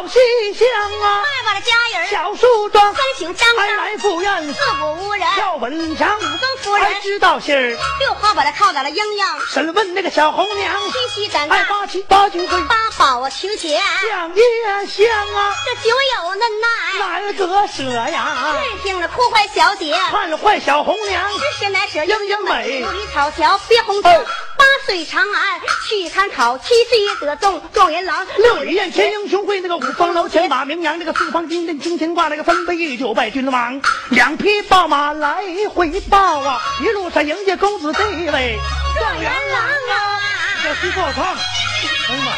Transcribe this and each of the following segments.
好戏相啊！ 拜把了家人， 小树桩， 三请张还来赴宴， 四不无人， 跳文章， 武宗夫人还知道信儿， 六花把了靠到了英英， 审问那个小红娘， 七夕胆爱大， 八七八九岁， 八宝啊情钱， 相也相啊， 这酒有嫩奶， 难割舍呀！ 任听了哭坏小姐， 看坏小红娘， 只是乃是英英美五里草桥别红灯。8岁长安去参考，7岁得中状元郎。 6里宴前英雄会，那个五方楼前马名扬，那个四方金阵金钱挂，那个分杯御酒拜君王。2匹宝马来回报啊，一路上迎接公子这位状元郎啊！这是够唱，哎呀妈！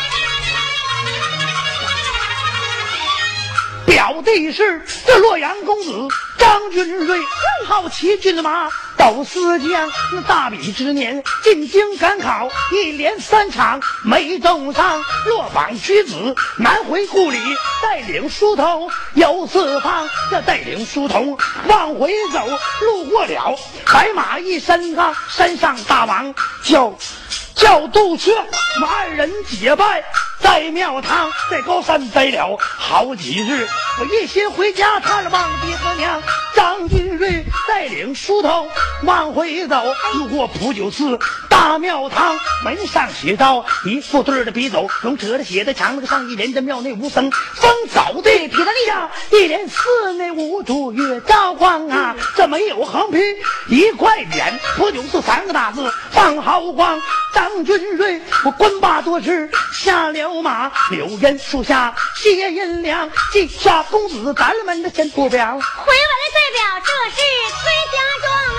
表弟是这洛阳公子张君瑞，好骑骏马斗思江。那大比之年进京赶考，一连3场没中上，落榜屈子难回故里，带领书童游四方。这带领书童往回走，路过了白马一身上，山上大王叫杜鹃，我们2人结拜在庙堂，在高山待了好几日。我一心回家看了望爹和娘。张君瑞带领书童往回走，路过普酒寺大庙堂，门上写道：一副对的笔走，用折的写的墙，那个上一联的庙内无僧，风走的撇的下，一连寺内无主月照光啊，这没有横批1块钱，普酒寺3个大字放豪光。张君瑞我官罢多时下了马，柳荫树下谢银两，记下公子咱们的前途表。 回文的代表，这是崔家庄啊。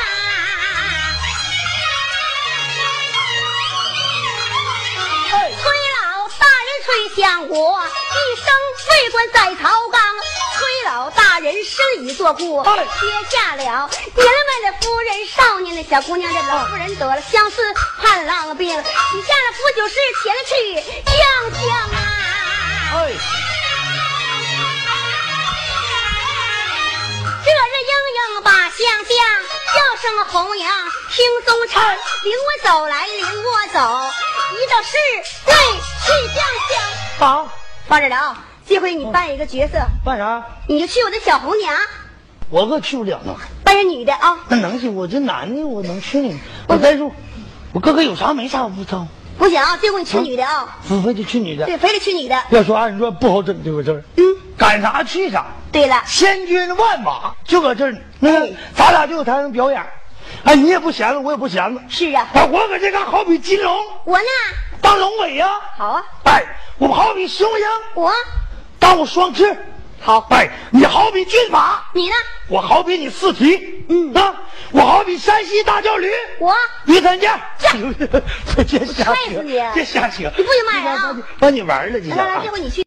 崔老大人崔相国，一生为官在曹纲。崔老大人生已作故，接下了年迈的夫人，少年的小姑娘，这老夫人得了相思盼郎病，许下了辅酒师前去将相啊。这日英英把香香叫声红娘，听宗称领我走来领我走，一到室内去将相。 好， 放这儿了啊！这回你扮一个角色， 办啥？ 你就去我的小红娘， 我可去不了呢。 扮演女的啊。 那能行？我这男的我能去呢。我再说，我哥哥有啥没啥我不知道。 不行啊，这回你去女的啊。 非得去女的。 对，非得去女的。 要说按说不好整这个事儿。赶啥去啥。 对了， 千军万马就搁这儿呢。咱俩就有台上表演。哎，你也不闲了，我也不闲了。 是啊。 我搁这嘎好比金龙。 我呢？ 当龙尾呀。 好啊。 哎，我好比雄鹰。 我。 当我双翅。 好。 哎，你好比骏马。 你呢？ 我好比你4蹄。我好比山西大叫驴。 我。 于三家。别瞎扯， 害死你！ 别瞎扯， 你不许骂人啊！ 把你玩了，你来，这回你去。